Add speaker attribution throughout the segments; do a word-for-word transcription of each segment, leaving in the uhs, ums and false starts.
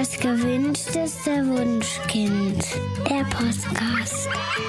Speaker 1: Das gewünschteste Wunschkind, der Podcast.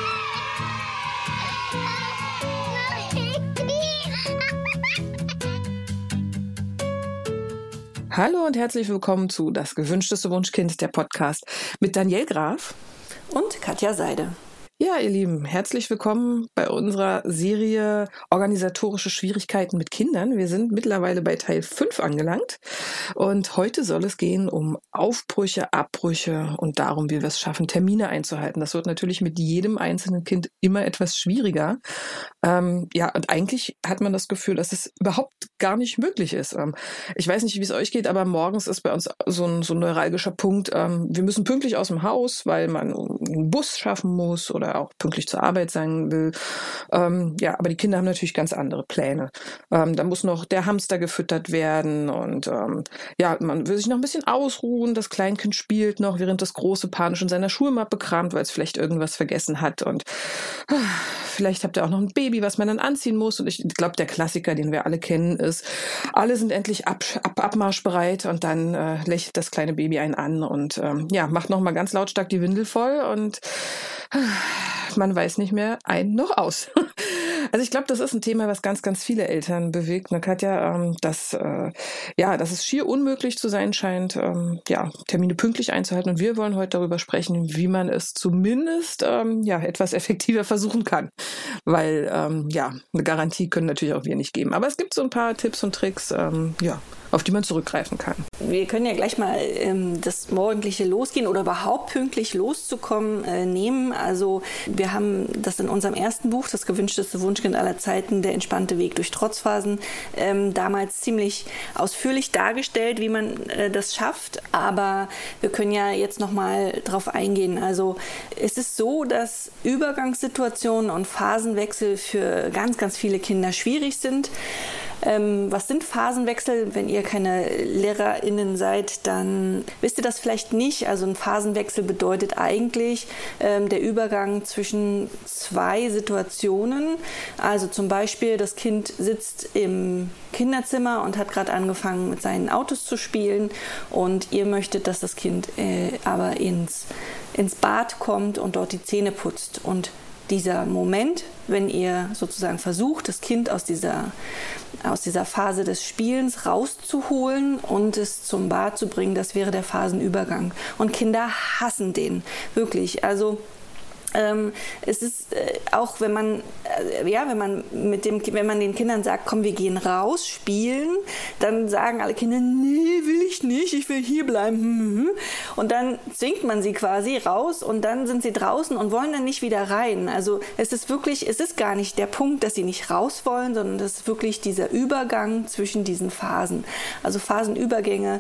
Speaker 2: Hallo und herzlich willkommen zu Das gewünschteste Wunschkind, der Podcast mit Danielle Graf
Speaker 3: und Katja Seide.
Speaker 2: Ja, ihr Lieben, herzlich willkommen bei unserer Serie Organisatorische Schwierigkeiten mit Kindern. Wir sind mittlerweile bei Teil fünf angelangt und heute soll es gehen um Aufbrüche, Abbrüche und darum, wie wir es schaffen, Termine einzuhalten. Das wird natürlich mit jedem einzelnen Kind immer etwas schwieriger. Ähm, ja, und eigentlich hat man das Gefühl, dass es überhaupt gar nicht möglich ist. Ähm, ich weiß nicht, wie es euch geht, aber morgens ist bei uns so ein, so ein neuralgischer Punkt. Ähm, wir müssen pünktlich aus dem Haus, weil man einen Bus schaffen muss oder auch pünktlich zur Arbeit sein will. Ähm, ja, aber die Kinder haben natürlich ganz andere Pläne. Ähm, da muss noch der Hamster gefüttert werden und ähm, ja, man will sich noch ein bisschen ausruhen. Das Kleinkind spielt noch, während das Große panisch in seiner Schulmappe kramt, weil es vielleicht irgendwas vergessen hat und äh, vielleicht habt ihr auch noch ein Baby, was man dann anziehen muss. Und ich glaube, der Klassiker, den wir alle kennen, ist, alle sind endlich ab, ab, abmarschbereit und dann äh, lächelt das kleine Baby einen an und ähm, ja, macht nochmal ganz lautstark die Windel voll und äh, man weiß nicht mehr ein noch aus. Also ich glaube, das ist ein Thema, was ganz, ganz viele Eltern bewegt. Ne, Katja, ähm, dass, äh, ja, dass es schier unmöglich zu sein scheint, ähm, ja, Termine pünktlich einzuhalten. Und wir wollen heute darüber sprechen, wie man es zumindest ähm, ja, etwas effektiver versuchen kann. Weil, ähm, ja, eine Garantie können natürlich auch wir nicht geben. Aber es gibt so ein paar Tipps und Tricks, ähm, ja, auf die man zurückgreifen kann.
Speaker 3: Wir können ja gleich mal ähm, das morgendliche Losgehen oder überhaupt pünktlich loszukommen äh, nehmen. Also wir haben das in unserem ersten Buch, das gewünschteste Wunschkind aller Zeiten, der entspannte Weg durch Trotzphasen, ähm, damals ziemlich ausführlich dargestellt, wie man äh, das schafft. Aber wir können ja jetzt nochmal drauf eingehen. Also es ist so, dass Übergangssituationen und Phasenwechsel für ganz, ganz viele Kinder schwierig sind. Ähm, was sind Phasenwechsel? Wenn ihr keine LehrerInnen seid, dann wisst ihr das vielleicht nicht. Also ein Phasenwechsel bedeutet eigentlich ähm, der Übergang zwischen zwei Situationen. Also zum Beispiel, das Kind sitzt im Kinderzimmer und hat gerade angefangen, mit seinen Autos zu spielen und ihr möchtet, dass das Kind äh, aber ins, ins Bad kommt und dort die Zähne putzt. Und dieser Moment, wenn ihr sozusagen versucht, das Kind aus dieser, aus dieser Phase des Spielens rauszuholen und es zum Bad zu bringen, das wäre der Phasenübergang. Und Kinder hassen den, wirklich. Also Ähm, es ist äh, auch, wenn man, äh, ja, wenn man mit dem, wenn man den Kindern sagt, komm, wir gehen raus, spielen, dann sagen alle Kinder, nee, will ich nicht, ich will hier bleiben. Und dann zwingt man sie quasi raus und dann sind sie draußen und wollen dann nicht wieder rein. Also es ist wirklich, es ist gar nicht der Punkt, dass sie nicht raus wollen, sondern es ist wirklich dieser Übergang zwischen diesen Phasen. Also Phasenübergänge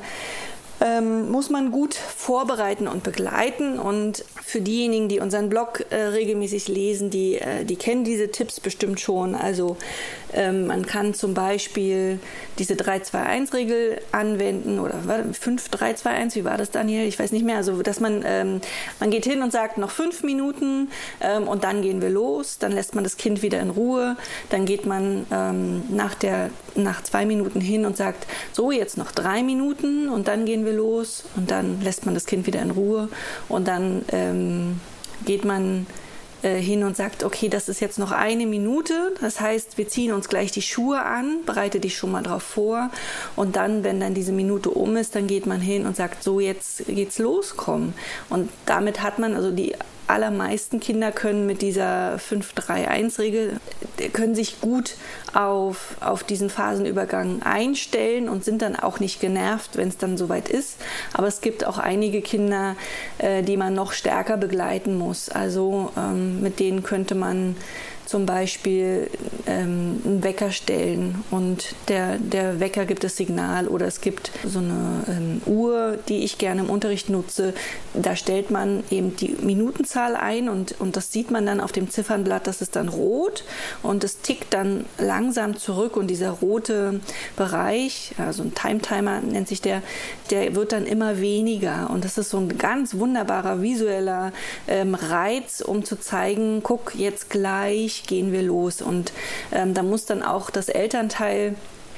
Speaker 3: Ähm, muss man gut vorbereiten und begleiten. Und für diejenigen, die unseren Blog äh, regelmäßig lesen, die, äh, die kennen diese Tipps bestimmt schon. Also ähm, man kann zum Beispiel diese drei zwei eins Regel anwenden oder fünf drei zwei eins, wie war das, Daniel? Ich weiß nicht mehr. Also dass man, ähm, man geht hin und sagt, noch fünf Minuten ähm, und dann gehen wir los. Dann lässt man das Kind wieder in Ruhe. Dann geht man ähm, nach, der, nach zwei Minuten hin und sagt, so, jetzt noch drei Minuten und dann gehen wir los und dann lässt man das Kind wieder in Ruhe und dann ähm, geht man äh, hin und sagt, okay, das ist jetzt noch eine Minute, das heißt, wir ziehen uns gleich die Schuhe an, bereite dich schon mal drauf vor und dann, wenn dann diese Minute um ist, dann geht man hin und sagt, so, jetzt geht's los, komm. Und damit hat man, also die allermeisten Kinder können mit dieser fünf drei eins Regel, können sich gut auf, auf diesen Phasenübergang einstellen und sind dann auch nicht genervt, wenn es dann soweit ist. Aber es gibt auch einige Kinder, äh, die man noch stärker begleiten muss. Also ähm, mit denen könnte man zum Beispiel ähm, einen Wecker stellen und der, der Wecker gibt das Signal oder es gibt so eine ähm, Uhr, die ich gerne im Unterricht nutze. Da stellt man eben die Minutenzahl ein und, und das sieht man dann auf dem Ziffernblatt, das ist dann rot und es tickt dann langsam zurück und dieser rote Bereich, also ein Time-Timer nennt sich der, der wird dann immer weniger und das ist so ein ganz wunderbarer visueller ähm, Reiz, um zu zeigen, guck, jetzt gleich gehen wir los und ähm, da muss dann auch das Elternteil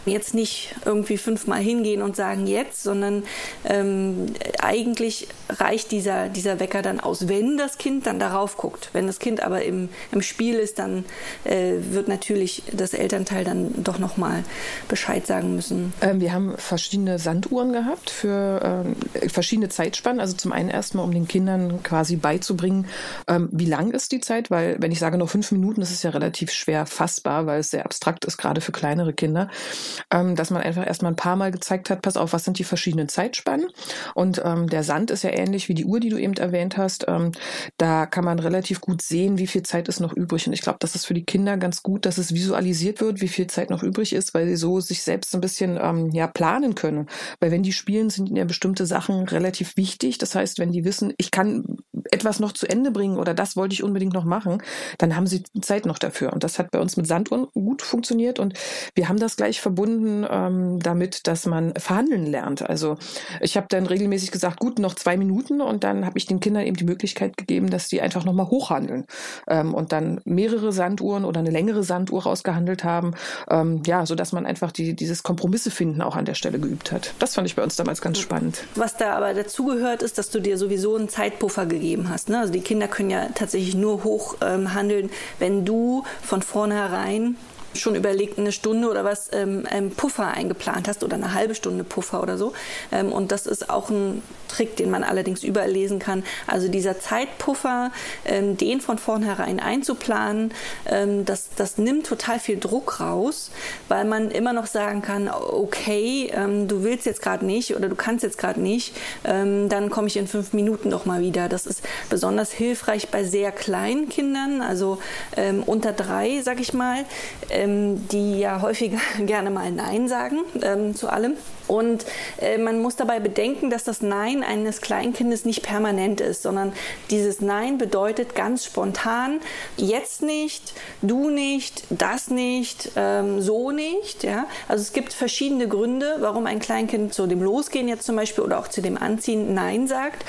Speaker 3: jetzt nicht irgendwie fünfmal hingehen und sagen jetzt, sondern ähm, eigentlich reicht dieser, dieser Wecker dann aus, wenn das Kind dann darauf guckt. Wenn das Kind aber im, im Spiel ist, dann äh, wird natürlich das Elternteil dann doch nochmal Bescheid sagen müssen.
Speaker 2: Ähm, wir haben verschiedene Sanduhren gehabt für äh, verschiedene Zeitspannen. Also zum einen erstmal, um den Kindern quasi beizubringen, ähm, wie lang ist die Zeit? Weil wenn ich sage nur fünf Minuten, das ist ja relativ schwer fassbar, weil es sehr abstrakt ist, gerade für kleinere Kinder. Ähm, dass man einfach erstmal ein paar Mal gezeigt hat, pass auf, was sind die verschiedenen Zeitspannen? Und ähm, der Sand ist ja ähnlich wie die Uhr, die du eben erwähnt hast. Ähm, da kann man relativ gut sehen, wie viel Zeit ist noch übrig. Und ich glaube, das ist für die Kinder ganz gut, dass es visualisiert wird, wie viel Zeit noch übrig ist, weil sie so sich selbst ein bisschen ähm, ja, planen können. Weil wenn die spielen, sind ihnen ja bestimmte Sachen relativ wichtig. Das heißt, wenn die wissen, ich kann etwas noch zu Ende bringen oder das wollte ich unbedingt noch machen, dann haben sie Zeit noch dafür. Und das hat bei uns mit Sanduhren gut funktioniert. Und wir haben das gleich verbunden ähm, damit, dass man verhandeln lernt. Also ich habe dann regelmäßig gesagt, gut, noch zwei Minuten und dann habe ich den Kindern eben die Möglichkeit gegeben, dass die einfach nochmal hochhandeln ähm, und dann mehrere Sanduhren oder eine längere Sanduhr rausgehandelt haben, ähm, ja, sodass man einfach die, dieses Kompromisse finden auch an der Stelle geübt hat. Das fand ich bei uns damals ganz spannend.
Speaker 3: Was da aber dazugehört ist, dass du dir sowieso einen Zeitpuffer gegeben hast. Ne? Also die Kinder können ja tatsächlich nur hoch ähm, handeln, wenn du von vornherein schon überlegt, eine Stunde oder was ähm, ähm, Puffer eingeplant hast oder eine halbe Stunde Puffer oder so. Ähm, und das ist auch ein Trick, den man allerdings überall lesen kann. Also dieser Zeitpuffer, ähm, den von vornherein einzuplanen, ähm, das, das nimmt total viel Druck raus, weil man immer noch sagen kann, okay, ähm, du willst jetzt gerade nicht oder du kannst jetzt gerade nicht, ähm, dann komme ich in fünf Minuten noch mal wieder. Das ist besonders hilfreich bei sehr kleinen Kindern, also ähm, unter drei, sag ich mal, ähm, die ja häufiger gerne mal Nein sagen ähm, zu allem. Und äh, man muss dabei bedenken, dass das Nein eines Kleinkindes nicht permanent ist, sondern dieses Nein bedeutet ganz spontan, jetzt nicht, du nicht, das nicht, ähm, so nicht. Ja? Also es gibt verschiedene Gründe, warum ein Kleinkind zu dem Losgehen jetzt zum Beispiel oder auch zu dem Anziehen Nein sagt.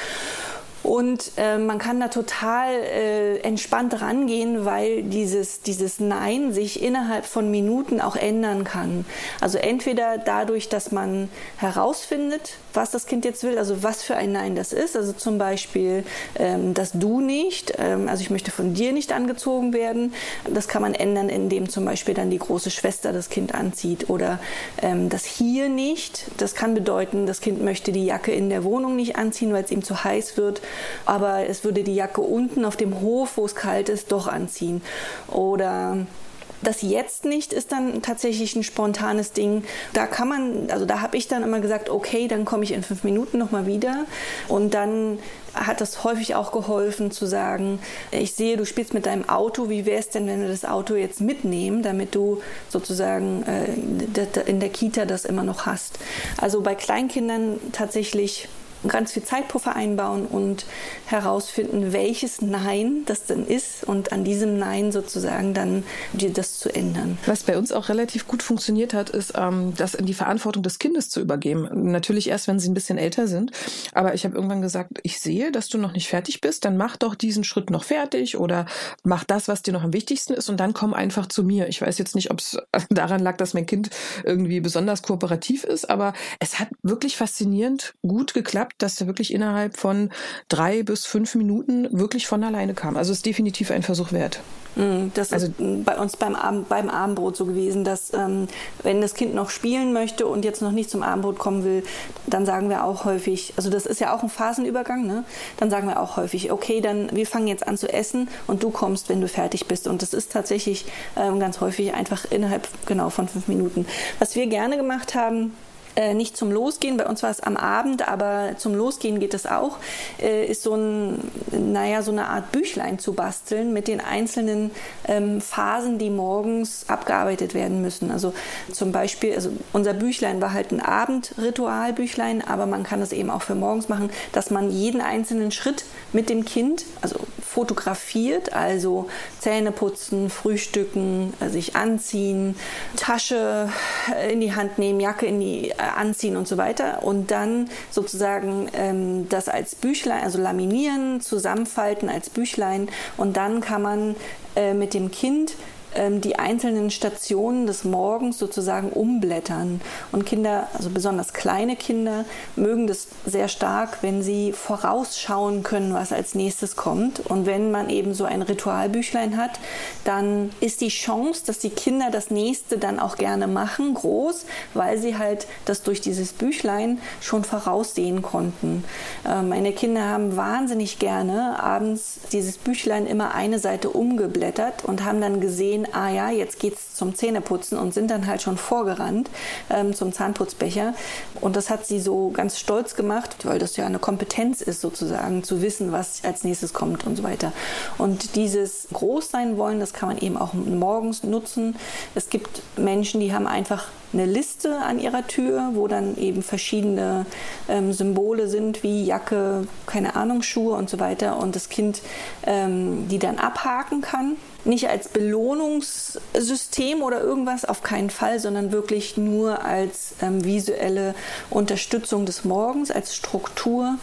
Speaker 3: Und äh, man kann da total äh, entspannt rangehen, weil dieses, dieses Nein sich innerhalb von Minuten auch ändern kann. Also entweder dadurch, dass man herausfindet, was das Kind jetzt will, also was für ein Nein das ist. Also zum Beispiel ähm, das Du nicht, ähm, also ich möchte von dir nicht angezogen werden. Das kann man ändern, indem zum Beispiel dann die große Schwester das Kind anzieht. Oder ähm, das Hier nicht, das kann bedeuten, das Kind möchte die Jacke in der Wohnung nicht anziehen, weil es ihm zu heiß wird. Aber es würde die Jacke unten auf dem Hof, wo es kalt ist, doch anziehen. Oder das Jetzt nicht ist dann tatsächlich ein spontanes Ding. Da kann man, also da habe ich dann immer gesagt, okay, dann komme ich in fünf Minuten nochmal wieder. Und dann hat das häufig auch geholfen zu sagen, ich sehe, du spielst mit deinem Auto, wie wäre es denn, wenn wir das Auto jetzt mitnehmen, damit du sozusagen äh, in der Kita das immer noch hast. Also bei Kleinkindern tatsächlich ganz viel Zeitpuffer einbauen und herausfinden, welches Nein das denn ist und an diesem Nein sozusagen dann dir das zu ändern.
Speaker 2: Was bei uns auch relativ gut funktioniert hat, ist, ähm, das in die Verantwortung des Kindes zu übergeben. Natürlich erst, wenn sie ein bisschen älter sind, aber ich habe irgendwann gesagt, ich sehe, dass du noch nicht fertig bist, dann mach doch diesen Schritt noch fertig oder mach das, was dir noch am wichtigsten ist und dann komm einfach zu mir. Ich weiß jetzt nicht, ob es daran lag, dass mein Kind irgendwie besonders kooperativ ist, aber es hat wirklich faszinierend gut geklappt, dass er wirklich innerhalb von drei bis fünf Minuten wirklich von alleine kam. Also es ist definitiv ein Versuch wert.
Speaker 3: Das
Speaker 2: also,
Speaker 3: ist bei uns beim, Abend, beim Abendbrot so gewesen, dass ähm, wenn das Kind noch spielen möchte und jetzt noch nicht zum Abendbrot kommen will, dann sagen wir auch häufig, also das ist ja auch ein Phasenübergang, ne? Dann sagen wir auch häufig, okay, dann wir fangen jetzt an zu essen und du kommst, wenn du fertig bist. Und das ist tatsächlich ähm, ganz häufig einfach innerhalb genau von fünf Minuten. Was wir gerne gemacht haben, Äh, nicht zum Losgehen, bei uns war es am Abend, aber zum Losgehen geht es auch, äh, ist so ein, naja, so eine Art Büchlein zu basteln mit den einzelnen ähm, Phasen, die morgens abgearbeitet werden müssen. Also zum Beispiel, also unser Büchlein war halt ein Abendritualbüchlein, aber man kann es eben auch für morgens machen, dass man jeden einzelnen Schritt mit dem Kind, also fotografiert, also Zähne putzen, frühstücken, sich anziehen, Tasche in die Hand nehmen, Jacke in die anziehen und so weiter und dann sozusagen ähm, das als Büchlein, also laminieren, zusammenfalten als Büchlein und dann kann man äh, mit dem Kind ähm, die einzelnen Stationen des Morgens sozusagen umblättern. Und Kinder, also besonders kleine Kinder, mögen das sehr stark, wenn sie vorausschauen können, was als nächstes kommt. Und wenn man eben so ein Ritualbüchlein hat, dann ist die Chance, dass die Kinder das nächste dann auch gerne machen, groß, weil sie halt das durch dieses Büchlein schon voraussehen konnten. Äh, meine Kinder haben wahnsinnig gerne abends dieses Büchlein immer eine Seite umgeblättert und haben dann gesehen, ah ja, jetzt geht's zum Zähneputzen und sind dann halt schon vorgerannt ähm, zum Zahnputzbecher. Und das hat sie so ganz stolz gemacht, weil das ja eine Kompetenz ist sozusagen, zu wissen, was als nächstes kommt und so weiter. Und dieses Großsein wollen, das kann man eben auch morgens nutzen. Es gibt Menschen, die haben einfach eine Liste an ihrer Tür, wo dann eben verschiedene ähm, Symbole sind, wie Jacke, keine Ahnung, Schuhe und so weiter. Und das Kind ähm, die dann abhaken kann. Nicht als Belohnungssystem oder irgendwas, auf keinen Fall, sondern wirklich nur als ähm, visuelle Unterstützung des Morgens, als Struktur.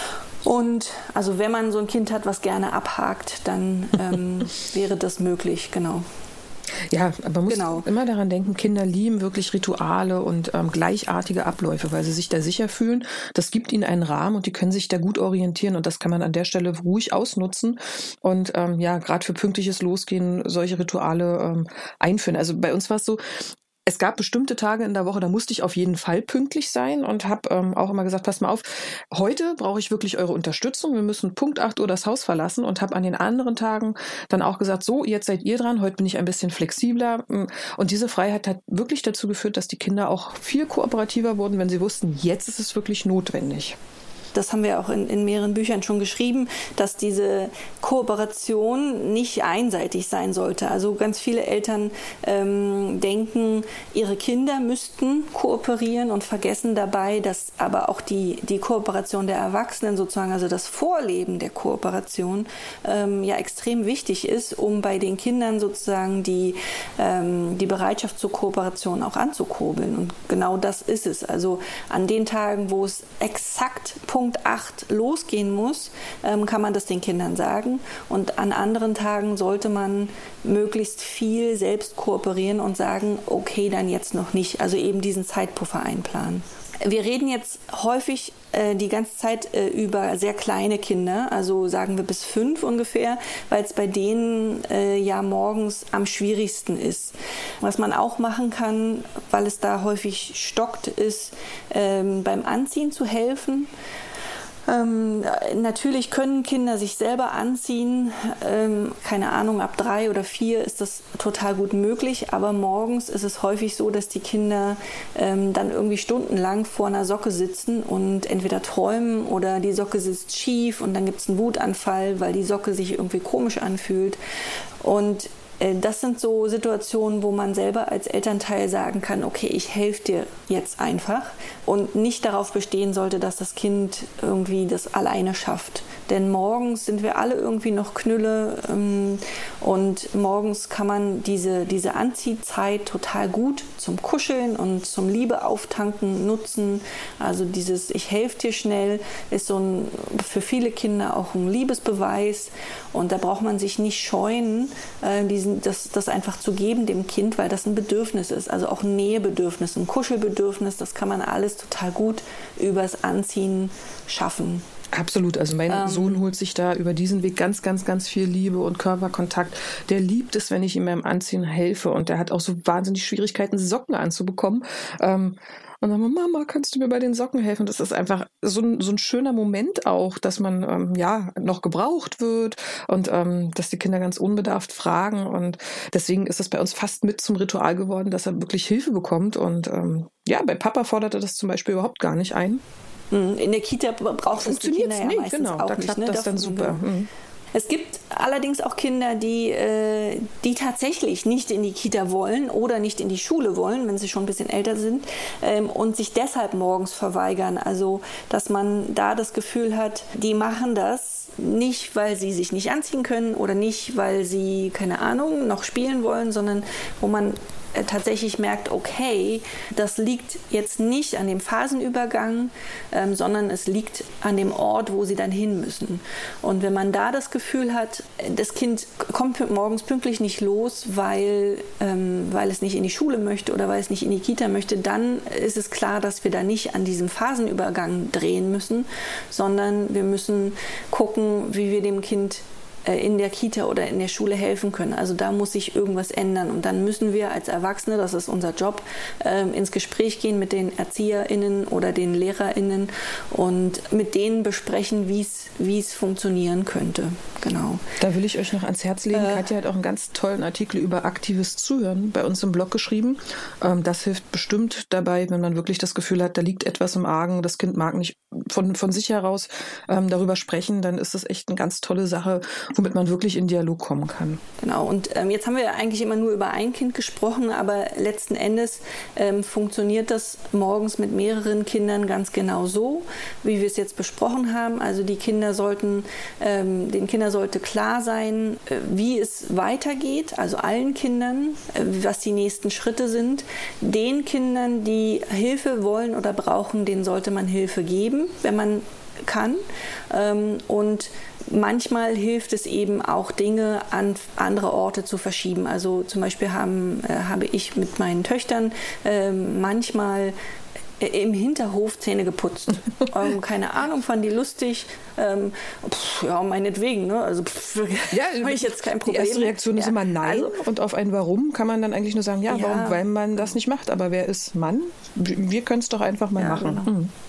Speaker 3: Und also wenn man so ein Kind hat, was gerne abhakt, dann ähm, wäre das möglich, genau.
Speaker 2: Ja, aber man muss
Speaker 3: genau.
Speaker 2: immer daran denken, Kinder lieben wirklich Rituale und ähm, gleichartige Abläufe, weil sie sich da sicher fühlen. Das gibt ihnen einen Rahmen und die können sich da gut orientieren und das kann man an der Stelle ruhig ausnutzen und ähm, ja, gerade für pünktliches Losgehen solche Rituale ähm, einführen. Also bei uns war es so, es gab bestimmte Tage in der Woche, da musste ich auf jeden Fall pünktlich sein und habe ähm, auch immer gesagt, pass mal auf, heute brauche ich wirklich eure Unterstützung. Wir müssen Punkt acht Uhr das Haus verlassen und habe an den anderen Tagen dann auch gesagt, so, jetzt seid ihr dran, heute bin ich ein bisschen flexibler. Und diese Freiheit hat wirklich dazu geführt, dass die Kinder auch viel kooperativer wurden, wenn sie wussten, jetzt ist es wirklich notwendig.
Speaker 3: Das haben wir auch in, in mehreren Büchern schon geschrieben, dass diese Kooperation nicht einseitig sein sollte. Also ganz viele Eltern ähm, denken, ihre Kinder müssten kooperieren und vergessen dabei, dass aber auch die, die Kooperation der Erwachsenen sozusagen, also das Vorleben der Kooperation, ähm, ja extrem wichtig ist, um bei den Kindern sozusagen die, ähm, die Bereitschaft zur Kooperation auch anzukurbeln. Und genau das ist es. Also an den Tagen, wo es exakt Punkt acht losgehen muss, ähm, kann man das den Kindern sagen. Und an anderen Tagen sollte man möglichst viel selbst kooperieren und sagen, okay, dann jetzt noch nicht. Also eben diesen Zeitpuffer einplanen. Wir reden jetzt häufig äh, die ganze Zeit äh, über sehr kleine Kinder, also sagen wir bis fünf ungefähr, weil es bei denen äh, ja morgens am schwierigsten ist. Was man auch machen kann, weil es da häufig stockt, ist ähm, beim Anziehen zu helfen. Ähm, natürlich können Kinder sich selber anziehen, ähm, keine Ahnung, ab drei oder vier ist das total gut möglich, aber morgens ist es häufig so, dass die Kinder ähm, dann irgendwie stundenlang vor einer Socke sitzen und entweder träumen oder die Socke sitzt schief und dann gibt es einen Wutanfall, weil die Socke sich irgendwie komisch anfühlt. Und das sind so Situationen, wo man selber als Elternteil sagen kann, okay, ich helfe dir jetzt einfach und nicht darauf bestehen sollte, dass das Kind irgendwie das alleine schafft. Denn morgens sind wir alle irgendwie noch Knülle ähm, und morgens kann man diese, diese Anziehzeit total gut zum Kuscheln und zum Liebe auftanken nutzen. Also dieses Ich helfe dir schnell ist so ein, für viele Kinder auch ein Liebesbeweis und da braucht man sich nicht scheuen, äh, diesen, das, das einfach zu geben dem Kind, weil das ein Bedürfnis ist, also auch ein Nähebedürfnis, ein Kuschelbedürfnis, das kann man alles total gut übers Anziehen schaffen.
Speaker 2: Absolut. Also mein ähm, Sohn holt sich da über diesen Weg ganz, ganz, ganz viel Liebe und Körperkontakt. Der liebt es, wenn ich ihm beim Anziehen helfe. Und der hat auch so wahnsinnig Schwierigkeiten, Socken anzubekommen. Ähm, und dann, Mama, kannst du mir bei den Socken helfen? Das ist einfach so ein, so ein schöner Moment auch, dass man ähm, ja noch gebraucht wird und ähm, dass die Kinder ganz unbedarft fragen. Und deswegen ist es bei uns fast mit zum Ritual geworden, dass er wirklich Hilfe bekommt. Und ähm, ja, bei Papa forderte das zum Beispiel überhaupt gar nicht ein.
Speaker 3: In der Kita braucht es die Kinder ja
Speaker 2: nicht,
Speaker 3: meistens
Speaker 2: genau,
Speaker 3: auch
Speaker 2: da
Speaker 3: nicht.
Speaker 2: klappt
Speaker 3: Ne?
Speaker 2: das dann super. Mhm.
Speaker 3: Es gibt allerdings auch Kinder, die, äh, die tatsächlich nicht in die Kita wollen oder nicht in die Schule wollen, wenn sie schon ein bisschen älter sind ähm, und sich deshalb morgens verweigern. Also, dass man da das Gefühl hat, die machen das nicht, weil sie sich nicht anziehen können oder nicht, weil sie, keine Ahnung, noch spielen wollen, sondern wo man tatsächlich merkt, okay, das liegt jetzt nicht an dem Phasenübergang, ähm, sondern es liegt an dem Ort, wo sie dann hin müssen. Und wenn man da das Gefühl hat, das Kind kommt morgens pünktlich nicht los, weil, ähm, weil es nicht in die Schule möchte oder weil es nicht in die Kita möchte, dann ist es klar, dass wir da nicht an diesem Phasenübergang drehen müssen, sondern wir müssen gucken, wie wir dem Kind in der Kita oder in der Schule helfen können. Also da muss sich irgendwas ändern. Und dann müssen wir als Erwachsene, das ist unser Job, ähm, ins Gespräch gehen mit den ErzieherInnen oder den LehrerInnen und mit denen besprechen, wie es wie es funktionieren könnte. Genau.
Speaker 2: Da will ich euch noch ans Herz legen.
Speaker 3: Äh,
Speaker 2: Katja hat auch einen ganz tollen Artikel über aktives Zuhören bei uns im Blog geschrieben. Ähm, das hilft bestimmt dabei, wenn man wirklich das Gefühl hat, da liegt etwas im Argen, das Kind mag nicht von, von sich heraus ähm, darüber sprechen, dann ist das echt eine ganz tolle Sache, womit man wirklich in Dialog kommen kann.
Speaker 3: Genau, und ähm, jetzt haben wir ja eigentlich immer nur über ein Kind gesprochen, aber letzten Endes ähm, funktioniert das morgens mit mehreren Kindern ganz genau so, wie wir es jetzt besprochen haben. Also die Kinder sollten, ähm, den Kindern sollte klar sein, äh, wie es weitergeht, also allen Kindern, äh, was die nächsten Schritte sind. Den Kindern, die Hilfe wollen oder brauchen, denen sollte man Hilfe geben, wenn man kann. Ähm, und manchmal hilft es eben auch, Dinge an andere Orte zu verschieben. Also zum Beispiel haben, äh, habe ich mit meinen Töchtern äh, manchmal im Hinterhof Zähne geputzt. ähm, keine Ahnung, fanden die lustig. Ähm, pff, ja, meinetwegen. Ne? Also
Speaker 2: ja,
Speaker 3: habe ich jetzt kein Problem.
Speaker 2: Die erste Reaktion
Speaker 3: ja.
Speaker 2: ist immer Nein. Also, und auf ein Warum kann man dann eigentlich nur sagen, ja,
Speaker 3: ja.
Speaker 2: warum? Weil man das nicht macht. Aber wer ist Mann? Wir können es doch einfach mal
Speaker 3: ja,
Speaker 2: machen.
Speaker 3: Genau. Mhm.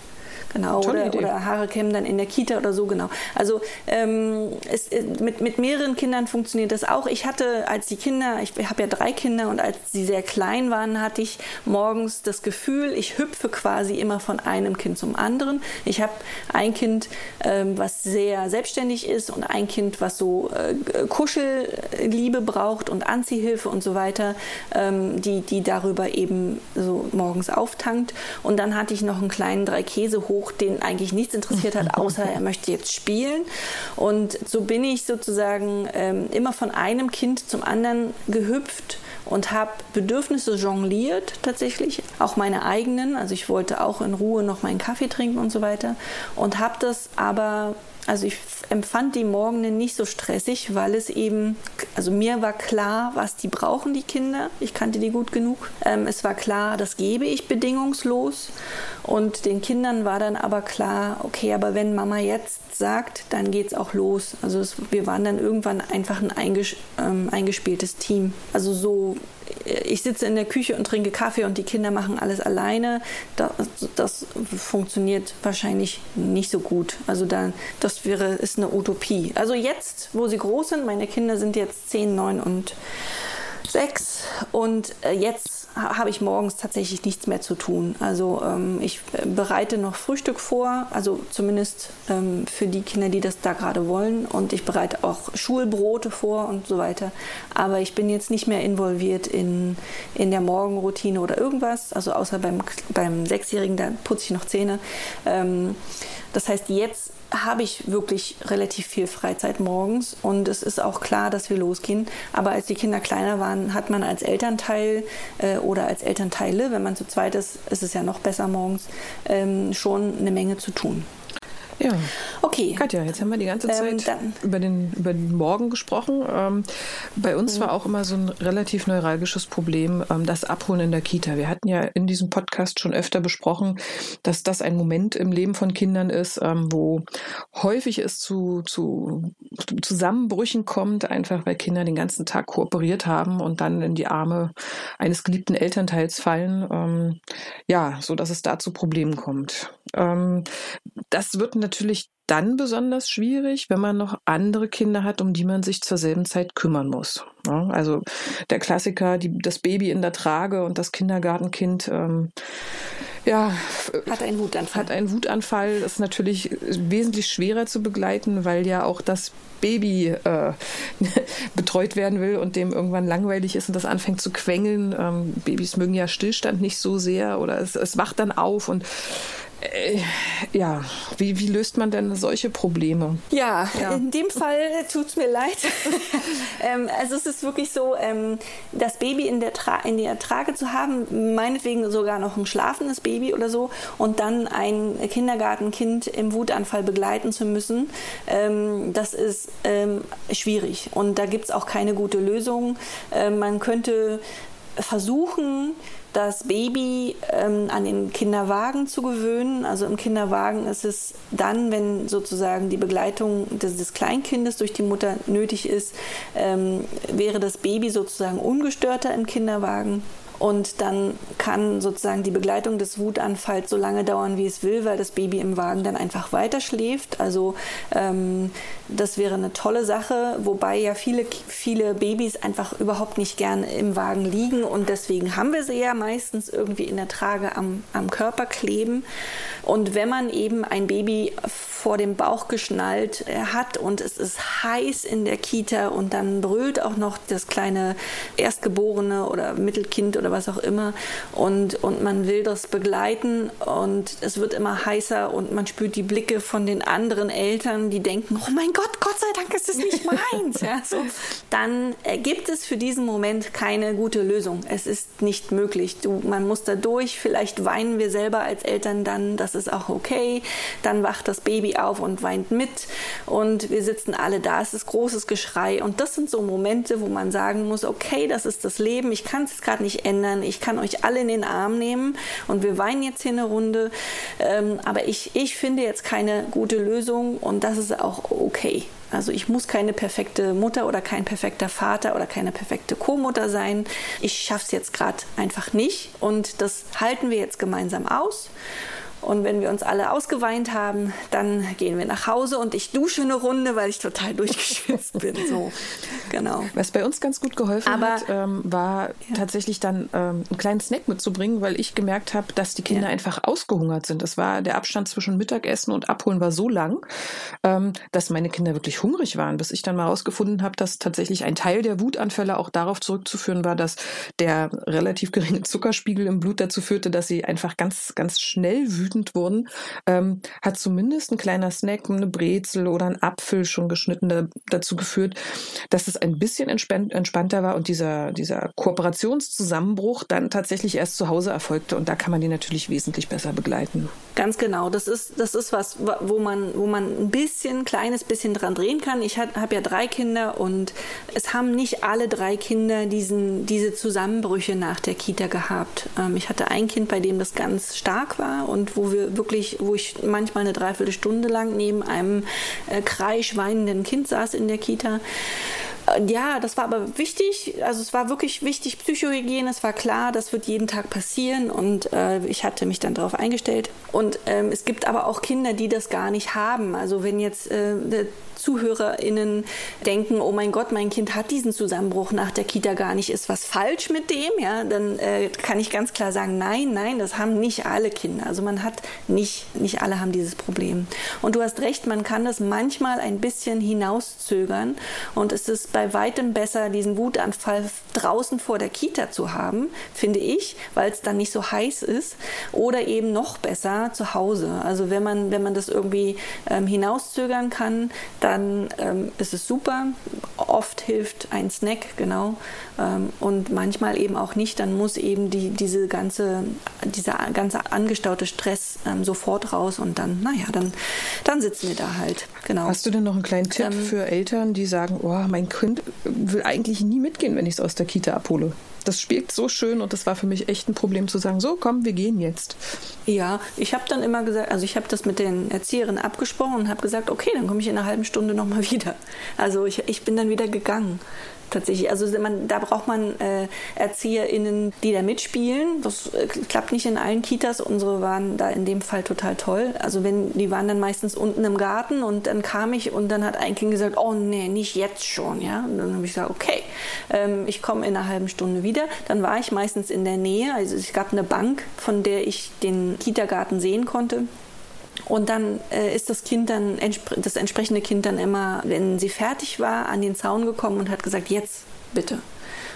Speaker 3: Genau, oder, oder Haare kämmen dann in der Kita oder so, genau. Also ähm, es, mit, mit mehreren Kindern funktioniert das auch. Ich hatte, als die Kinder, ich habe ja drei Kinder und als sie sehr klein waren, hatte ich morgens das Gefühl, ich hüpfe quasi immer von einem Kind zum anderen. Ich habe ein Kind, ähm, was sehr selbstständig ist und ein Kind, was so äh, Kuschelliebe braucht und Anziehhilfe und so weiter, ähm, die, die darüber eben so morgens auftankt. Und dann hatte ich noch einen kleinen Drei-Käse-Hoch, den eigentlich nichts interessiert hat, außer er möchte jetzt spielen. Und so bin ich sozusagen ähm, immer von einem Kind zum anderen gehüpft und habe Bedürfnisse jongliert tatsächlich, auch meine eigenen. Also ich wollte auch in Ruhe noch meinen Kaffee trinken und so weiter und habe das aber... Also ich empfand die Morgenen nicht so stressig, weil es eben, also mir war klar, was die brauchen, die Kinder. Ich kannte die gut genug. Ähm, es war klar, das gebe ich bedingungslos. Und den Kindern war dann aber klar, okay, aber wenn Mama jetzt sagt, dann geht's auch los. Also es, wir waren dann irgendwann einfach ein einges, ähm, eingespieltes Team. Also so, ich sitze in der Küche und trinke Kaffee und die Kinder machen alles alleine. Das, das funktioniert wahrscheinlich nicht so gut. Also dann, das wäre, ist eine Utopie. Also jetzt, wo sie groß sind, meine Kinder sind jetzt zehn, neun und sechs und jetzt habe ich morgens tatsächlich nichts mehr zu tun. Also ähm, ich bereite noch Frühstück vor, also zumindest ähm, für die Kinder, die das da gerade wollen, und ich bereite auch Schulbrote vor und so weiter. Aber ich bin jetzt nicht mehr involviert in, in der Morgenroutine oder irgendwas, also außer beim, beim Sechsjährigen, da putze ich noch Zähne. Ähm, das heißt, jetzt habe ich wirklich relativ viel Freizeit morgens und es ist auch klar, dass wir losgehen. Aber als die Kinder kleiner waren, hat man als Elternteil äh, oder als Elternteile, wenn man zu zweit ist, ist es ja noch besser morgens, ähm, schon eine Menge zu tun.
Speaker 2: Ja.
Speaker 3: Okay.
Speaker 2: Katja, jetzt haben wir die ganze Zeit
Speaker 3: ähm,
Speaker 2: über, den, über den Morgen gesprochen. Ähm, bei uns mhm. war auch immer so ein relativ neuralgisches Problem, ähm, das Abholen in der Kita. Wir hatten ja in diesem Podcast schon öfter besprochen, dass das ein Moment im Leben von Kindern ist, ähm, wo häufig es zu, zu Zusammenbrüchen kommt, einfach weil Kinder den ganzen Tag kooperiert haben und dann in die Arme eines geliebten Elternteils fallen. Ähm, ja, so dass es da zu Problemen kommt. Ähm, das wird natürlich dann besonders schwierig, wenn man noch andere Kinder hat, um die man sich zur selben Zeit kümmern muss. Ja, also der Klassiker, die, das Baby in der Trage und das Kindergartenkind, ähm, ja,
Speaker 3: hat einen Wutanfall.
Speaker 2: Hat einen Wutanfall, ist natürlich wesentlich schwerer zu begleiten, weil ja auch das Baby äh, betreut werden will und dem irgendwann langweilig ist und das anfängt zu quengeln. Ähm, Babys mögen ja Stillstand nicht so sehr oder es, es wacht dann auf und Äh, ja, wie, wie löst man denn solche Probleme?
Speaker 3: Ja, ja. In dem Fall tut es mir leid. ähm, also es ist wirklich so, ähm, das Baby in der, Tra- in der Trage zu haben, meinetwegen sogar noch ein schlafendes Baby oder so, und dann ein Kindergartenkind im Wutanfall begleiten zu müssen, ähm, das ist ähm, schwierig. Und da gibt es auch keine gute Lösung. Ähm, man könnte versuchen, das Baby ähm, an den Kinderwagen zu gewöhnen. Also im Kinderwagen ist es dann, wenn sozusagen die Begleitung des, des Kleinkindes durch die Mutter nötig ist, ähm, wäre das Baby sozusagen ungestörter im Kinderwagen. Und dann kann sozusagen die Begleitung des Wutanfalls so lange dauern, wie es will, weil das Baby im Wagen dann einfach weiter schläft. Also ähm, das wäre eine tolle Sache, wobei ja viele, viele Babys einfach überhaupt nicht gern im Wagen liegen. Und deswegen haben wir sie ja meistens irgendwie in der Trage am, am Körper kleben. Und wenn man eben ein Baby vor dem Bauch geschnallt hat und es ist heiß in der Kita und dann brüllt auch noch das kleine Erstgeborene oder Mittelkind oder was auch immer und, und man will das begleiten und es wird immer heißer und man spürt die Blicke von den anderen Eltern, die denken, oh mein Gott, Gott sei Dank ist es nicht meins. Ja, so. Dann äh, gibt es für diesen Moment keine gute Lösung. Es ist nicht möglich. Du, man muss da durch, vielleicht weinen wir selber als Eltern dann, das ist auch okay. Dann wacht das Baby auf und weint mit und wir sitzen alle da, es ist großes Geschrei und das sind so Momente, wo man sagen muss, okay, das ist das Leben, ich kann es gerade nicht ändern. Ich kann euch alle in den Arm nehmen und wir weinen jetzt hier eine Runde. Ähm, aber ich, ich finde jetzt keine gute Lösung und das ist auch okay. Also ich muss keine perfekte Mutter oder kein perfekter Vater oder keine perfekte Co-Mutter sein. Ich schaffe es jetzt gerade einfach nicht und das halten wir jetzt gemeinsam aus. Und wenn wir uns alle ausgeweint haben, dann gehen wir nach Hause und ich dusche eine Runde, weil ich total durchgeschwitzt bin. So, genau.
Speaker 2: Was bei uns ganz gut geholfen
Speaker 3: Aber,
Speaker 2: hat, ähm, war ja. tatsächlich dann ähm, einen kleinen Snack mitzubringen, weil ich gemerkt habe, dass die Kinder ja. einfach ausgehungert sind. Es war der Abstand zwischen Mittagessen und Abholen war so lang, ähm, dass meine Kinder wirklich hungrig waren, bis ich dann mal herausgefunden habe, dass tatsächlich ein Teil der Wutanfälle auch darauf zurückzuführen war, dass der relativ geringe Zuckerspiegel im Blut dazu führte, dass sie einfach ganz, ganz schnell wütend wurden, ähm, hat zumindest ein kleiner Snack, eine Brezel oder ein Apfel schon geschnitten da, dazu geführt, dass es ein bisschen entspann- entspannter war und dieser, dieser Kooperationszusammenbruch dann tatsächlich erst zu Hause erfolgte und da kann man die natürlich wesentlich besser begleiten.
Speaker 3: Ganz genau, das ist, das ist was, wo man, wo man ein bisschen, ein kleines bisschen dran drehen kann. Ich habe ja drei Kinder und es haben nicht alle drei Kinder diesen, diese Zusammenbrüche nach der Kita gehabt. Ähm, ich hatte ein Kind, bei dem das ganz stark war und wo wir wirklich, wo ich manchmal eine Dreiviertelstunde lang neben einem äh, kreischweinenden Kind saß in der Kita. Ja, das war aber wichtig, also es war wirklich wichtig, Psychohygiene, es war klar, das wird jeden Tag passieren und äh, ich hatte mich dann darauf eingestellt. Und ähm, es gibt aber auch Kinder, die das gar nicht haben. Also wenn jetzt äh, ZuhörerInnen denken, oh mein Gott, mein Kind hat diesen Zusammenbruch nach der Kita gar nicht, ist was falsch mit dem, ja, dann äh, kann ich ganz klar sagen, nein, nein, das haben nicht alle Kinder. Also man hat nicht, nicht alle haben dieses Problem. Und du hast recht, man kann das manchmal ein bisschen hinauszögern und es ist bei weitem besser, diesen Wutanfall draußen vor der Kita zu haben, finde ich, weil es dann nicht so heiß ist, oder eben noch besser zu Hause. Also wenn man, wenn man das irgendwie ähm, hinauszögern kann, dann ähm, ist es super. Oft hilft ein Snack, genau. Ähm, und manchmal eben auch nicht. Dann muss eben die, diese ganze, dieser ganze angestaute Stress ähm, sofort raus und dann, naja, dann, dann sitzen wir da halt. Genau.
Speaker 2: Hast du denn noch einen kleinen Tipp ähm, für Eltern, die sagen, oh, mein Kind will eigentlich nie mitgehen, wenn ich es aus der Kita abhole? Das spielt so schön und das war für mich echt ein Problem zu sagen, so komm, wir gehen jetzt.
Speaker 3: Ja, ich habe dann immer gesagt, also ich habe das mit den Erzieherinnen abgesprochen und habe gesagt, okay, dann komme ich in einer halben Stunde nochmal wieder. Also ich, ich bin dann wieder gegangen. Tatsächlich, also man, da braucht man äh, ErzieherInnen, die da mitspielen. Das äh, klappt nicht in allen Kitas. Unsere waren da in dem Fall total toll. Also wenn, die waren dann meistens unten im Garten und dann kam ich und dann hat ein Kind gesagt, oh nee, nicht jetzt schon. Ja? Und dann habe ich gesagt, okay, ähm, ich komme in einer halben Stunde wieder. Dann war ich meistens in der Nähe. Also es gab eine Bank, von der ich den Kita-Garten sehen konnte. Und dann äh, ist das Kind dann, das entsprechende Kind dann immer, wenn sie fertig war, an den Zaun gekommen und hat gesagt, jetzt bitte.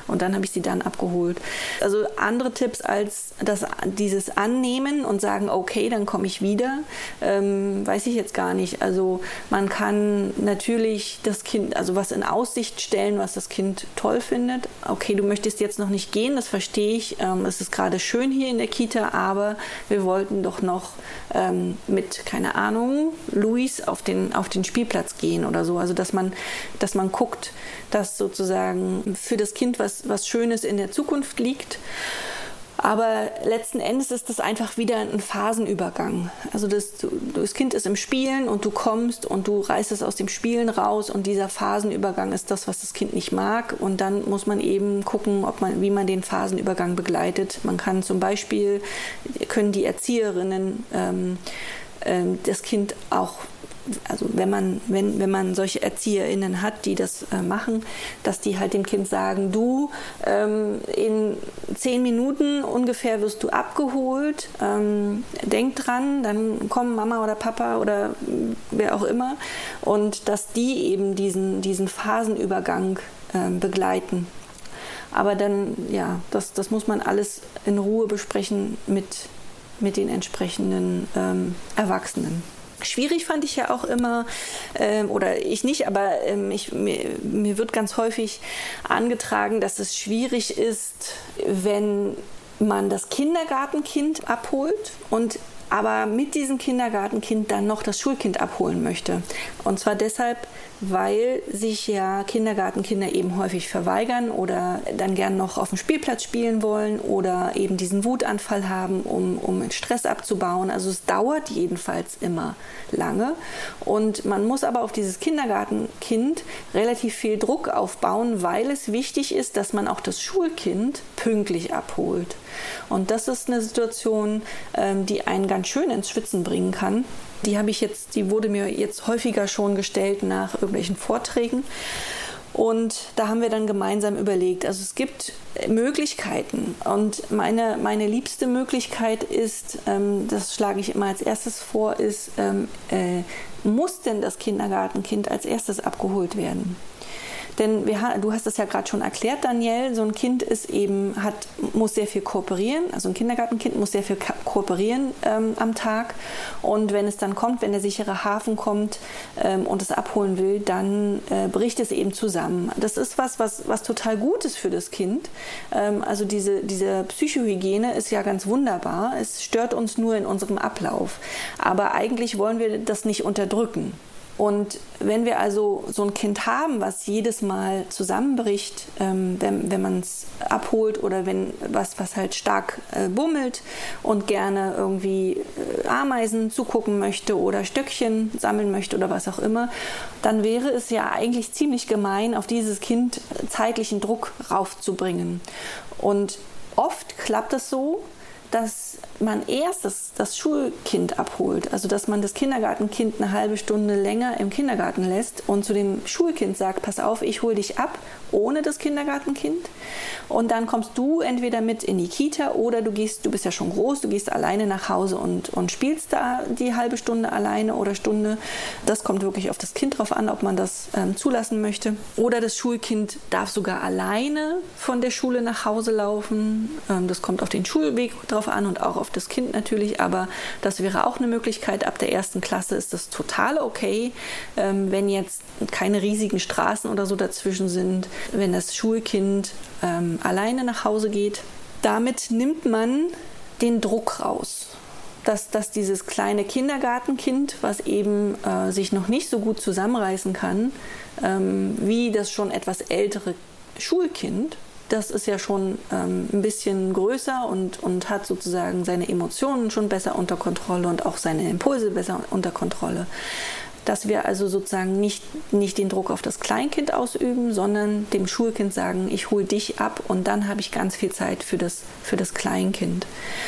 Speaker 3: und dann habe ich sie dann abgeholt. Also andere Tipps als das, dieses Annehmen und sagen, okay, dann komme ich wieder, ähm, weiß ich jetzt gar nicht. Also man kann natürlich das Kind, also was in Aussicht stellen, was das Kind toll findet. Okay, du möchtest jetzt noch nicht gehen, das verstehe ich. Ähm, es ist gerade schön hier in der Kita, aber wir wollten doch noch ähm, mit, keine Ahnung, Luis auf den, auf den Spielplatz gehen oder so. Also dass man, dass man guckt, dass sozusagen für das Kind was, was Schönes in der Zukunft liegt. Aber letzten Endes ist das einfach wieder ein Phasenübergang. Also das, das Kind ist im Spielen und du kommst und du reißt es aus dem Spielen raus und dieser Phasenübergang ist das, was das Kind nicht mag. Und dann muss man eben gucken, ob man, wie man den Phasenübergang begleitet. Man kann zum Beispiel, können die Erzieherinnen ähm, ähm, das Kind auch, also wenn man, wenn, wenn man solche ErzieherInnen hat, die das äh, machen, dass die halt dem Kind sagen, du, ähm, in zehn Minuten ungefähr wirst du abgeholt, ähm, denk dran, dann kommen Mama oder Papa oder wer auch immer, und dass die eben diesen, diesen Phasenübergang äh, begleiten. Aber dann, ja, das, das muss man alles in Ruhe besprechen mit, mit den entsprechenden ähm, Erwachsenen. Schwierig fand ich ja auch immer, ähm, oder ich nicht, aber ähm, ich, mir, mir wird ganz häufig angetragen, dass es schwierig ist, wenn man das Kindergartenkind abholt und aber mit diesem Kindergartenkind dann noch das Schulkind abholen möchte. Und zwar deshalb, weil sich ja Kindergartenkinder eben häufig verweigern oder dann gern noch auf dem Spielplatz spielen wollen oder eben diesen Wutanfall haben, um, um Stress abzubauen. Also es dauert jedenfalls immer lange. Und man muss aber auf dieses Kindergartenkind relativ viel Druck aufbauen, weil es wichtig ist, dass man auch das Schulkind pünktlich abholt. Und das ist eine Situation, die einen ganz schön ins Schwitzen bringen kann. Die habe ich jetzt, die wurde mir jetzt häufiger schon gestellt nach irgendwelchen Vorträgen. Und da haben wir dann gemeinsam überlegt, also es gibt Möglichkeiten. Und meine, meine liebste Möglichkeit ist, ähm, das schlage ich immer als erstes vor, ist, ähm, äh, muss denn das Kindergartenkind als erstes abgeholt werden? Denn wir, du hast es ja gerade schon erklärt, Danielle, so ein Kind ist eben, hat, muss sehr viel kooperieren, also ein Kindergartenkind muss sehr viel kooperieren ähm, am Tag. Und wenn es dann kommt, wenn der sichere Hafen kommt ähm, und es abholen will, dann äh, bricht es eben zusammen. Das ist was, was, was total gut ist für das Kind. Ähm, also diese, diese Psychohygiene ist ja ganz wunderbar. Es stört uns nur in unserem Ablauf. Aber eigentlich wollen wir das nicht unterdrücken. Und wenn wir also so ein Kind haben, was jedes Mal zusammenbricht, ähm, wenn, wenn man es abholt oder wenn was, was halt stark äh, bummelt und gerne irgendwie äh, Ameisen zugucken möchte oder Stöckchen sammeln möchte oder was auch immer, dann wäre es ja eigentlich ziemlich gemein, auf dieses Kind zeitlichen Druck raufzubringen. Und oft klappt es so, dass man erst das, das Schulkind abholt, also dass man das Kindergartenkind eine halbe Stunde länger im Kindergarten lässt und zu dem Schulkind sagt, pass auf, ich hole dich ab, ohne das Kindergartenkind, und dann kommst du entweder mit in die Kita oder du gehst, du bist ja schon groß, du gehst alleine nach Hause und, und spielst da die halbe Stunde alleine oder Stunde. Das kommt wirklich auf das Kind drauf an, ob man das ähm, zulassen möchte. Oder das Schulkind darf sogar alleine von der Schule nach Hause laufen. Ähm, das kommt auf den Schulweg drauf an und auch auf das Kind natürlich, aber das wäre auch eine Möglichkeit. Ab der ersten Klasse ist das total okay, ähm, wenn jetzt keine riesigen Straßen oder so dazwischen sind, wenn das Schulkind ähm, alleine nach Hause geht. Damit nimmt man den Druck raus, dass, dass dieses kleine Kindergartenkind, was eben äh, sich noch nicht so gut zusammenreißen kann, ähm, wie das schon etwas ältere Schulkind, das ist ja schon ähm, ein bisschen größer und, und hat sozusagen seine Emotionen schon besser unter Kontrolle und auch seine Impulse besser unter Kontrolle. Dass wir also sozusagen nicht, nicht den Druck auf das Kleinkind ausüben, sondern dem Schulkind sagen, ich hole dich ab und dann habe ich ganz viel Zeit für das, für das Kleinkind.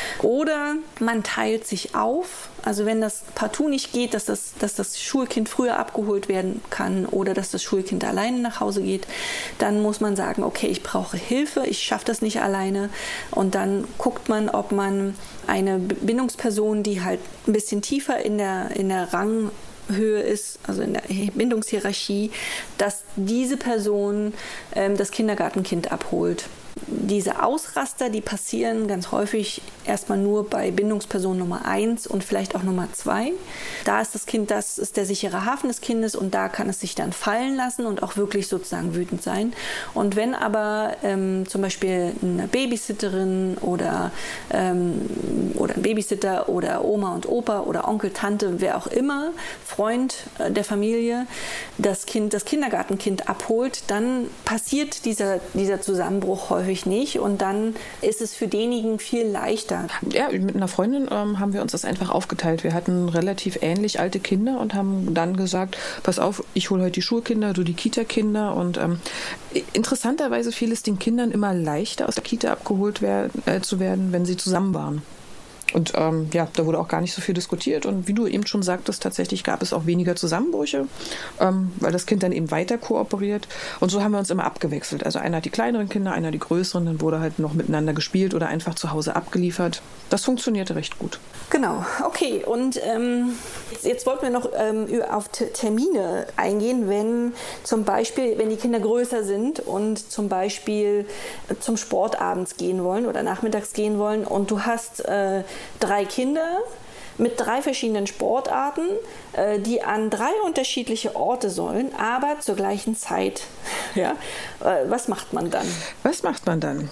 Speaker 3: Oder man teilt sich auf, also wenn das partout nicht geht, dass das, dass das Schulkind früher abgeholt werden kann oder dass das Schulkind alleine nach Hause geht, dann muss man sagen, okay, ich brauche Hilfe, ich schaffe das nicht alleine, und dann guckt man, ob man eine Bindungsperson, die halt ein bisschen tiefer in der, in der Rang Höhe ist, also in der Bindungshierarchie, dass diese Person ähm, das Kindergartenkind abholt. Diese Ausraster, die passieren ganz häufig erstmal nur bei Bindungsperson Nummer eins und vielleicht auch Nummer zwei. Da ist das Kind, das ist der sichere Hafen des Kindes und da kann es sich dann fallen lassen und auch wirklich sozusagen wütend sein. Und wenn aber ähm, zum Beispiel eine Babysitterin oder, ähm, oder ein Babysitter oder Oma und Opa oder Onkel, Tante, wer auch immer, Freund äh, der Familie, das Kind, das Kindergartenkind abholt, dann passiert dieser, dieser Zusammenbruch häufig nicht und dann ist es für denjenigen viel leichter.
Speaker 2: Ja, mit einer Freundin ähm, haben wir uns das einfach aufgeteilt. Wir hatten relativ ähnlich alte Kinder und haben dann gesagt, pass auf, ich hole heute die Schulkinder, du die Kita-Kinder und ähm, interessanterweise fiel es den Kindern immer leichter, aus der Kita abgeholt werden, äh, zu werden, wenn sie zusammen waren. Und ähm, ja, da wurde auch gar nicht so viel diskutiert. Und wie du eben schon sagtest, tatsächlich gab es auch weniger Zusammenbrüche, ähm, weil das Kind dann eben weiter kooperiert. Und so haben wir uns immer abgewechselt. Also einer hat die kleineren Kinder, einer die größeren. Dann wurde halt noch miteinander gespielt oder einfach zu Hause abgeliefert. Das funktionierte recht gut.
Speaker 3: Genau, okay. Und ähm, jetzt, jetzt wollten wir noch ähm, auf T- Termine eingehen, wenn zum Beispiel, wenn die Kinder größer sind und zum Beispiel zum Sport abends gehen wollen oder nachmittags gehen wollen und du hast äh, drei Kinder mit drei verschiedenen Sportarten, äh, die an drei unterschiedliche Orte sollen, aber zur gleichen Zeit. Ja? Äh, was macht man dann?
Speaker 2: Was macht man dann?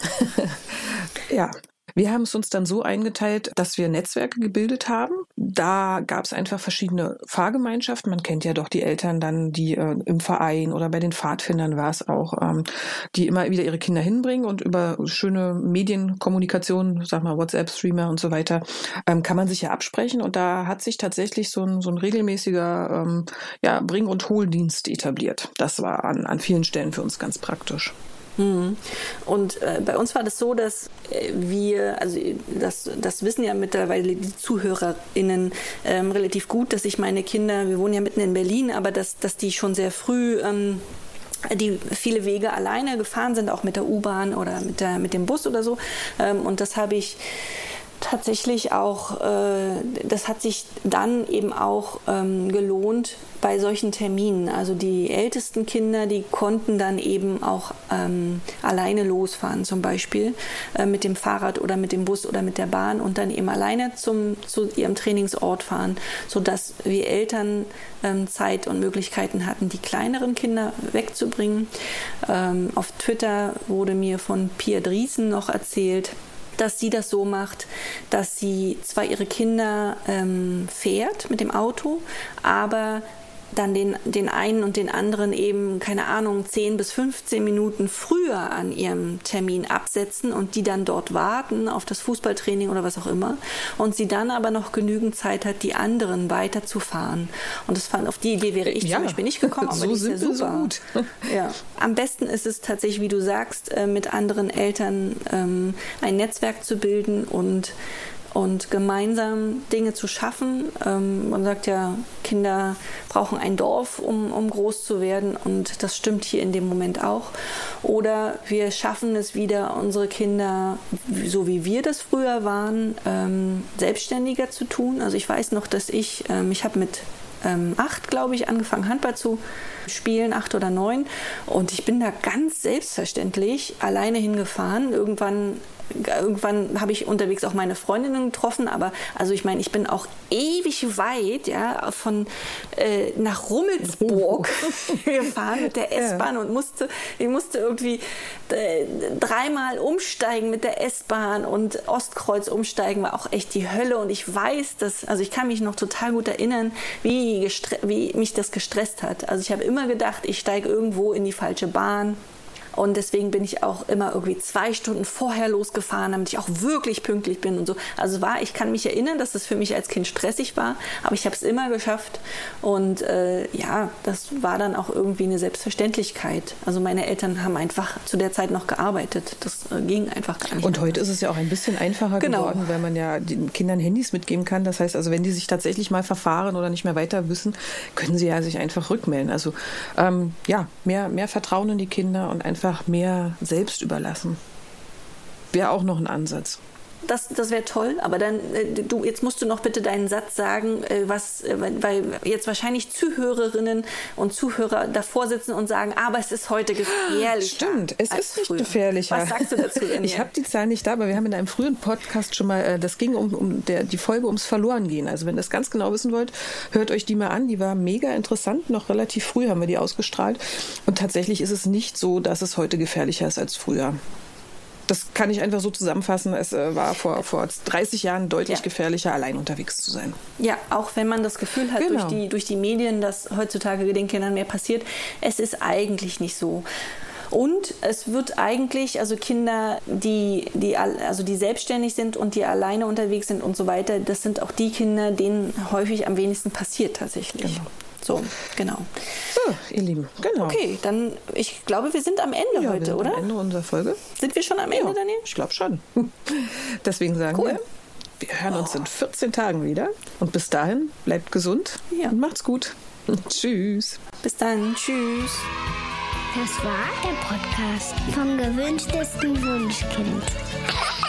Speaker 2: Ja. Wir haben es uns dann so eingeteilt, dass wir Netzwerke gebildet haben. Da gab es einfach verschiedene Fahrgemeinschaften. Man kennt ja doch die Eltern dann, die äh, im Verein oder bei den Pfadfindern war es auch, ähm, die immer wieder ihre Kinder hinbringen und über schöne Medienkommunikation, sag mal WhatsApp-Streamer und so weiter, ähm, kann man sich ja absprechen. Und da hat sich tatsächlich so ein, so ein regelmäßiger ähm, ja, Bring- und Holdienst etabliert. Das war an, an vielen Stellen für uns ganz praktisch.
Speaker 3: Und äh, bei uns war das so, dass äh, wir, also das, das wissen ja mittlerweile die ZuhörerInnen ähm, relativ gut, dass ich meine Kinder, wir wohnen ja mitten in Berlin, aber dass, dass die schon sehr früh ähm, die viele Wege alleine gefahren sind, auch mit der U-Bahn oder mit, der, mit dem Bus oder so. Ähm, und das habe ich tatsächlich auch, äh, das hat sich dann eben auch ähm, gelohnt bei solchen Terminen. Also die ältesten Kinder, die konnten dann eben auch ähm, alleine losfahren, zum Beispiel äh, mit dem Fahrrad oder mit dem Bus oder mit der Bahn und dann eben alleine zum, zu ihrem Trainingsort fahren, sodass wir Eltern ähm, Zeit und Möglichkeiten hatten, die kleineren Kinder wegzubringen. Ähm, auf Twitter wurde mir von Pia Driesen noch erzählt, dass sie das so macht, dass sie zwar ihre Kinder ähm, fährt mit dem Auto, aber dann den, den einen und den anderen eben, keine Ahnung, zehn bis fünfzehn Minuten früher an ihrem Termin absetzen und die dann dort warten auf das Fußballtraining oder was auch immer und sie dann aber noch genügend Zeit hat, die anderen weiterzufahren. Und das fand, auf die Idee wäre ich ja zum Beispiel nicht gekommen, aber so die ist ja super. So gut. Ja. Am besten ist es tatsächlich, wie du sagst, mit anderen Eltern ähm, ein Netzwerk zu bilden und und gemeinsam Dinge zu schaffen. Ähm, man sagt ja, Kinder brauchen ein Dorf, um, um groß zu werden und das stimmt hier in dem Moment auch. Oder wir schaffen es wieder, unsere Kinder, so wie wir das früher waren, ähm, selbstständiger zu tun. Also ich weiß noch, dass ich, ähm, ich habe mit ähm, acht, glaube ich, angefangen Handball zu spielen, acht oder neun und ich bin da ganz selbstverständlich alleine hingefahren. Irgendwann Irgendwann habe ich unterwegs auch meine Freundinnen getroffen, aber also ich meine, ich bin auch ewig weit, ja, von äh, nach Rummelsburg gefahren mit der S-Bahn ja. und musste, ich musste irgendwie äh, dreimal umsteigen mit der S-Bahn und Ostkreuz umsteigen war auch echt die Hölle und ich weiß, dass, also ich kann mich noch total gut erinnern, wie, gestre- wie mich das gestresst hat. Also ich habe immer gedacht, ich steige irgendwo in die falsche Bahn. Und deswegen bin ich auch immer irgendwie zwei Stunden vorher losgefahren, damit ich auch wirklich pünktlich bin und so. Also war, ich kann mich erinnern, dass das für mich als Kind stressig war, aber ich habe es immer geschafft. Und äh, ja, das war dann auch irgendwie eine Selbstverständlichkeit. Also meine Eltern haben einfach zu der Zeit noch gearbeitet. Das äh, ging einfach gar nicht.
Speaker 2: Und heute anders. Ist es ja auch ein bisschen einfacher genau. geworden, weil man ja den Kindern Handys mitgeben kann. Das heißt also, wenn die sich tatsächlich mal verfahren oder nicht mehr weiter wissen, können sie ja sich einfach rückmelden. Also ähm, ja, mehr, mehr Vertrauen in die Kinder und einfach einfach mehr selbst überlassen. Wäre auch noch ein Ansatz.
Speaker 3: das, das wäre toll, aber dann, äh, du, jetzt musst du noch bitte deinen Satz sagen, äh, was, äh, weil jetzt wahrscheinlich Zuhörerinnen und Zuhörer davor sitzen und sagen, aber es ist heute gefährlicher.
Speaker 2: Stimmt, es ist nicht
Speaker 3: früher.
Speaker 2: gefährlicher.
Speaker 3: Was sagst du dazu denn?
Speaker 2: Ich habe die Zahl nicht da, aber wir haben in einem frühen Podcast schon mal, äh, das ging um, um der, die Folge ums Verlorengehen. Also wenn ihr das ganz genau wissen wollt, hört euch die mal an. Die war mega interessant, noch relativ früh haben wir die ausgestrahlt. Und tatsächlich ist es nicht so, dass es heute gefährlicher ist als früher. Das kann ich einfach so zusammenfassen. Es äh, war vor, vor dreißig Jahren deutlich ja. gefährlicher, allein unterwegs zu sein.
Speaker 3: Ja, auch wenn man das Gefühl hat, genau. durch, die, durch die Medien, dass heutzutage den Kindern mehr passiert, es ist eigentlich nicht so. Und es wird eigentlich, also Kinder, die, die, also die selbstständig sind und die alleine unterwegs sind und so weiter, das sind auch die Kinder, denen häufig am wenigsten passiert tatsächlich.
Speaker 2: Genau.
Speaker 3: So, genau.
Speaker 2: So, ihr Lieben, genau.
Speaker 3: Okay, dann, ich glaube, wir sind am Ende
Speaker 2: ja,
Speaker 3: heute,
Speaker 2: wir sind
Speaker 3: oder?
Speaker 2: Am Ende unserer Folge.
Speaker 3: Sind wir schon am Ende,
Speaker 2: ja,
Speaker 3: Daniel?
Speaker 2: Ich glaube schon. Deswegen sagen
Speaker 3: cool.
Speaker 2: wir, wir hören uns in vierzehn Tagen wieder. Und bis dahin, bleibt gesund
Speaker 3: ja.
Speaker 2: und macht's gut. Tschüss.
Speaker 3: Bis dann. Tschüss.
Speaker 1: Das war der Podcast vom gewünschtesten Wunschkind.